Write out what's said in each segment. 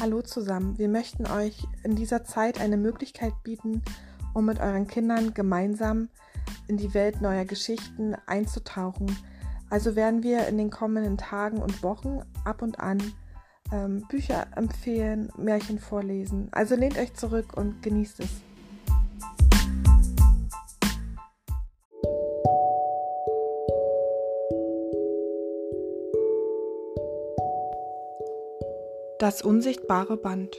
Hallo zusammen, wir möchten euch in dieser Zeit eine Möglichkeit bieten, um mit euren Kindern gemeinsam in die Welt neuer Geschichten einzutauchen. Also werden wir in den kommenden Tagen und Wochen ab und an Bücher empfehlen, Märchen vorlesen. Also lehnt euch zurück und genießt es. Das unsichtbare Band.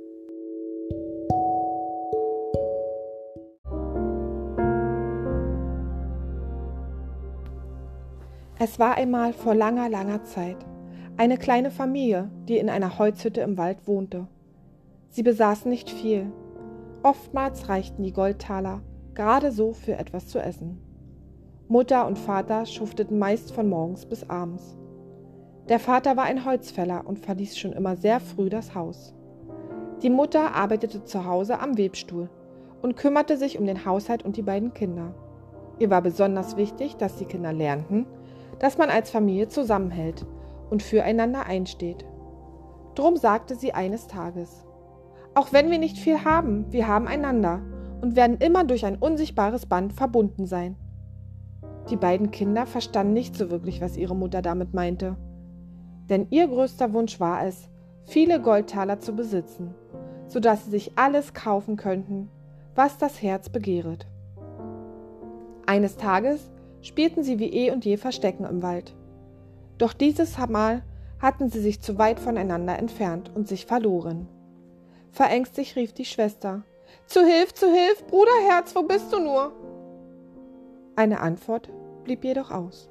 Es war einmal vor langer, langer Zeit eine kleine Familie, die in einer Holzhütte im Wald wohnte. Sie besaßen nicht viel. Oftmals reichten die Goldtaler gerade so für etwas zu essen. Mutter und Vater schufteten meist von morgens bis abends. Der Vater war ein Holzfäller und verließ schon immer sehr früh das Haus. Die Mutter arbeitete zu Hause am Webstuhl und kümmerte sich um den Haushalt und die beiden Kinder. Ihr war besonders wichtig, dass die Kinder lernten, dass man als Familie zusammenhält und füreinander einsteht. Drum sagte sie eines Tages: Auch wenn wir nicht viel haben, wir haben einander und werden immer durch ein unsichtbares Band verbunden sein. Die beiden Kinder verstanden nicht so wirklich, was ihre Mutter damit meinte. Denn ihr größter Wunsch war es, viele Goldtaler zu besitzen, sodass sie sich alles kaufen könnten, was das Herz begehret. Eines Tages spielten sie wie eh und je Verstecken im Wald. Doch dieses Mal hatten sie sich zu weit voneinander entfernt und sich verloren. Verängstigt rief die Schwester: Zu Hilf, Bruderherz, wo bist du nur? Eine Antwort blieb jedoch aus.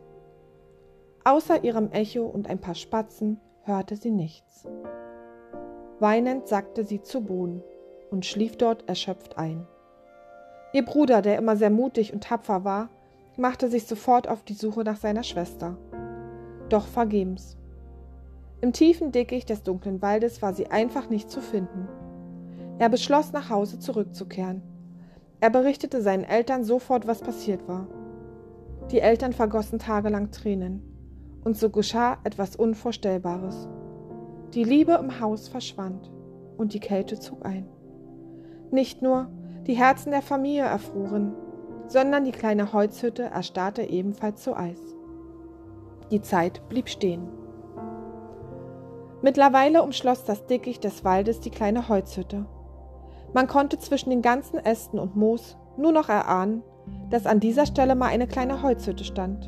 Außer ihrem Echo und ein paar Spatzen hörte sie nichts. Weinend sackte sie zu Boden und schlief dort erschöpft ein. Ihr Bruder, der immer sehr mutig und tapfer war, machte sich sofort auf die Suche nach seiner Schwester. Doch vergebens. Im tiefen Dickicht des dunklen Waldes war sie einfach nicht zu finden. Er beschloss, nach Hause zurückzukehren. Er berichtete seinen Eltern sofort, was passiert war. Die Eltern vergossen tagelang Tränen. Und so geschah etwas Unvorstellbares. Die Liebe im Haus verschwand und die Kälte zog ein. Nicht nur die Herzen der Familie erfroren, sondern die kleine Holzhütte erstarrte ebenfalls zu Eis. Die Zeit blieb stehen. Mittlerweile umschloss das Dickicht des Waldes die kleine Holzhütte. Man konnte zwischen den ganzen Ästen und Moos nur noch erahnen, dass an dieser Stelle mal eine kleine Holzhütte stand.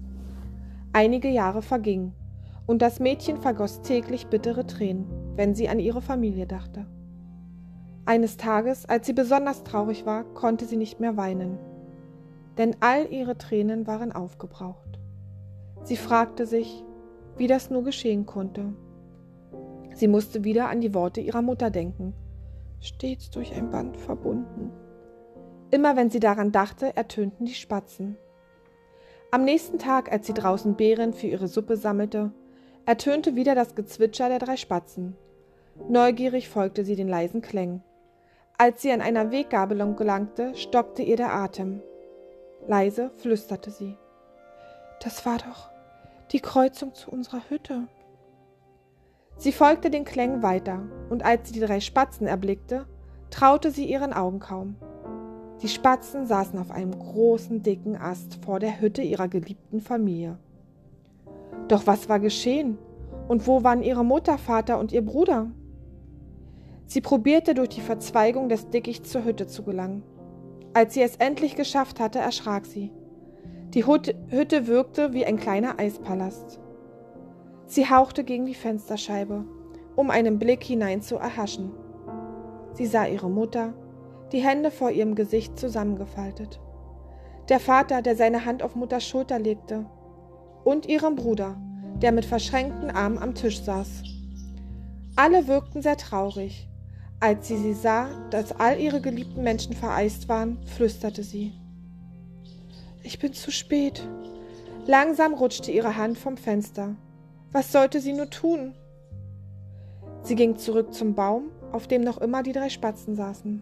Einige Jahre vergingen, und das Mädchen vergoss täglich bittere Tränen, wenn sie an ihre Familie dachte. Eines Tages, als sie besonders traurig war, konnte sie nicht mehr weinen, denn all ihre Tränen waren aufgebraucht. Sie fragte sich, wie das nur geschehen konnte. Sie musste wieder an die Worte ihrer Mutter denken, stets durch ein Band verbunden. Immer wenn sie daran dachte, ertönten die Spatzen. Am nächsten Tag, als sie draußen Beeren für ihre Suppe sammelte, ertönte wieder das Gezwitscher der 3 Spatzen. Neugierig folgte sie den leisen Klängen. Als sie an einer Weggabelung gelangte, stockte ihr der Atem. Leise flüsterte sie: Das war doch die Kreuzung zu unserer Hütte. Sie folgte den Klängen weiter, und als sie die 3 Spatzen erblickte, traute sie ihren Augen kaum. Die Spatzen saßen auf einem großen, dicken Ast vor der Hütte ihrer geliebten Familie. Doch was war geschehen? Und wo waren ihre Mutter, Vater und ihr Bruder? Sie probierte durch die Verzweigung des Dickichts zur Hütte zu gelangen. Als sie es endlich geschafft hatte, erschrak sie. Die Hütte wirkte wie ein kleiner Eispalast. Sie hauchte gegen die Fensterscheibe, um einen Blick hinein zu erhaschen. Sie sah ihre Mutter, die Hände vor ihrem Gesicht zusammengefaltet. Der Vater, der seine Hand auf Mutters Schulter legte. Und ihren Bruder, der mit verschränkten Armen am Tisch saß. Alle wirkten sehr traurig. Als sie sah, dass all ihre geliebten Menschen vereist waren, flüsterte sie: Ich bin zu spät. Langsam rutschte ihre Hand vom Fenster. Was sollte sie nur tun? Sie ging zurück zum Baum, auf dem noch immer die 3 Spatzen saßen.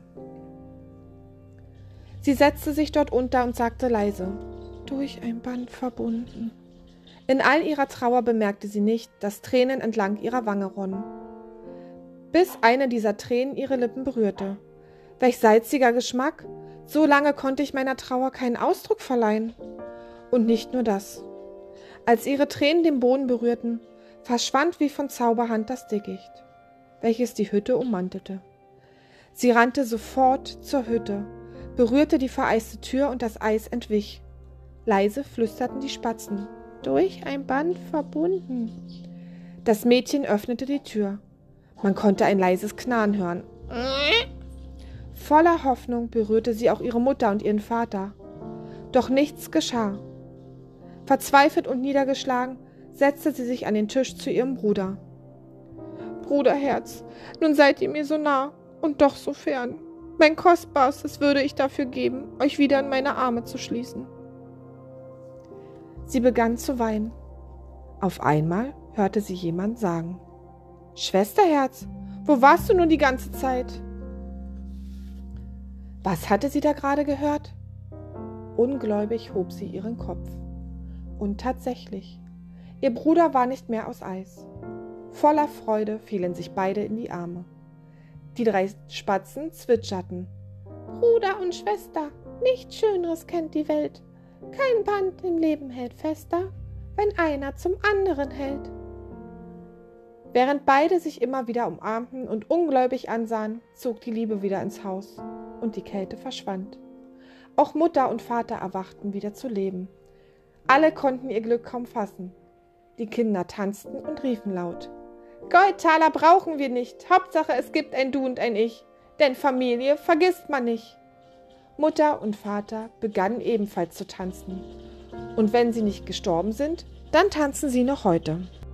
Sie setzte sich dort unter und sagte leise: Durch ein Band verbunden. In all ihrer Trauer bemerkte sie nicht, dass Tränen entlang ihrer Wange ronnen. bis eine dieser Tränen ihre Lippen berührte. Welch salziger Geschmack! So lange konnte ich meiner Trauer keinen Ausdruck verleihen. Und nicht nur das. Als ihre Tränen den Boden berührten, verschwand wie von Zauberhand das Dickicht, welches die Hütte ummantelte. Sie rannte sofort zur Hütte, berührte die vereiste Tür und das Eis entwich. Leise flüsterten die Spatzen, durch ein Band verbunden. Das Mädchen öffnete die Tür. Man konnte ein leises Knarren hören. Voller Hoffnung berührte sie auch ihre Mutter und ihren Vater. Doch nichts geschah. Verzweifelt und niedergeschlagen setzte sie sich an den Tisch zu ihrem Bruder. »Bruderherz, nun seid ihr mir so nah und doch so fern. Mein Kostbarstes würde ich dafür geben, euch wieder in meine Arme zu schließen.« Sie begann zu weinen. Auf einmal hörte sie jemand sagen: »Schwesterherz, wo warst du nun die ganze Zeit?« Was hatte sie da gerade gehört? Ungläubig hob sie ihren Kopf. Und tatsächlich, ihr Bruder war nicht mehr aus Eis. Voller Freude fielen sich beide in die Arme. Die 3 Spatzen zwitscherten: »Bruder und Schwester, nichts Schöneres kennt die Welt. Kein Band im Leben hält fester, wenn einer zum anderen hält.« Während beide sich immer wieder umarmten und ungläubig ansahen, zog die Liebe wieder ins Haus und die Kälte verschwand. Auch Mutter und Vater erwachten wieder zu Leben. Alle konnten ihr Glück kaum fassen. Die Kinder tanzten und riefen laut: »Goldtaler brauchen wir nicht, Hauptsache es gibt ein Du und ein Ich, denn Familie vergisst man nicht.« Mutter und Vater begannen ebenfalls zu tanzen. Und wenn sie nicht gestorben sind, dann tanzen sie noch heute.